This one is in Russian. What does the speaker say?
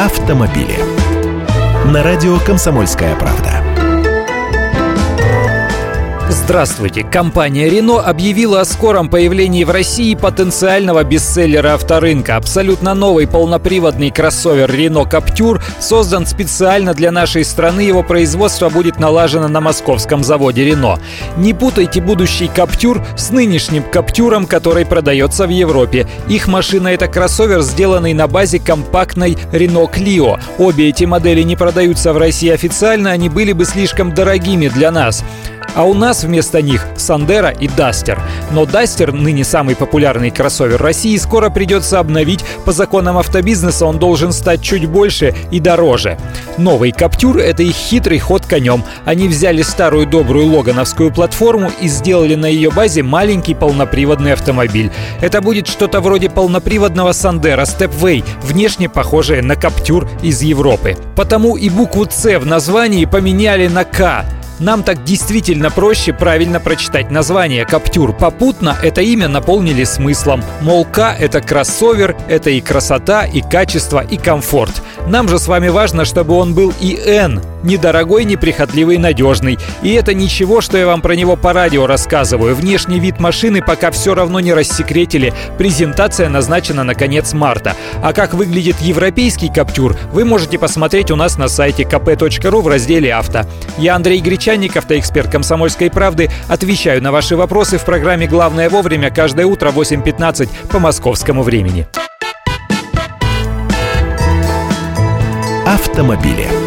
автомобили. На радио «Комсомольская правда». Здравствуйте! Компания Renault объявила о скором появлении в России потенциального бестселлера авторынка. Абсолютно новый полноприводный кроссовер Renault Captur создан специально для нашей страны. Его производство будет налажено на московском заводе Renault. Не путайте будущий Captur с нынешним Captur'ом, который продается в Европе. Их машина — это кроссовер, сделанный на базе компактной Renault Clio. Обе эти модели не продаются в России официально, они были бы слишком дорогими для нас. А у нас вместо них Sandero и Duster. Но Duster, ныне самый популярный кроссовер России, скоро придется обновить. По законам автобизнеса он должен стать чуть больше и дороже. Новый Captur — это их хитрый ход конем. Они взяли старую добрую логановскую платформу и сделали на ее базе маленький полноприводный автомобиль. Это будет что-то вроде полноприводного Sandero Stepway, внешне похожее на Captur из Европы. Потому и букву «Ц» в названии поменяли на «К». Нам так действительно проще правильно прочитать название Captur. Попутно это имя наполнили смыслом. Мол, К — это кроссовер, это и красота, и качество, и комфорт. Нам же с вами важно, чтобы он был и Н. Недорогой, неприхотливый, надежный. И это ничего, что я вам про него по радио рассказываю. Внешний вид машины пока все равно не рассекретили. Презентация назначена на конец марта. А как выглядит европейский Captur, вы можете посмотреть у нас на сайте kp.ru в разделе «Авто». Я Андрей Гречанник, автоэксперт «Комсомольской правды». Отвечаю на ваши вопросы в программе «Главное вовремя» каждое утро в 8:15 по московскому времени. Автомобили.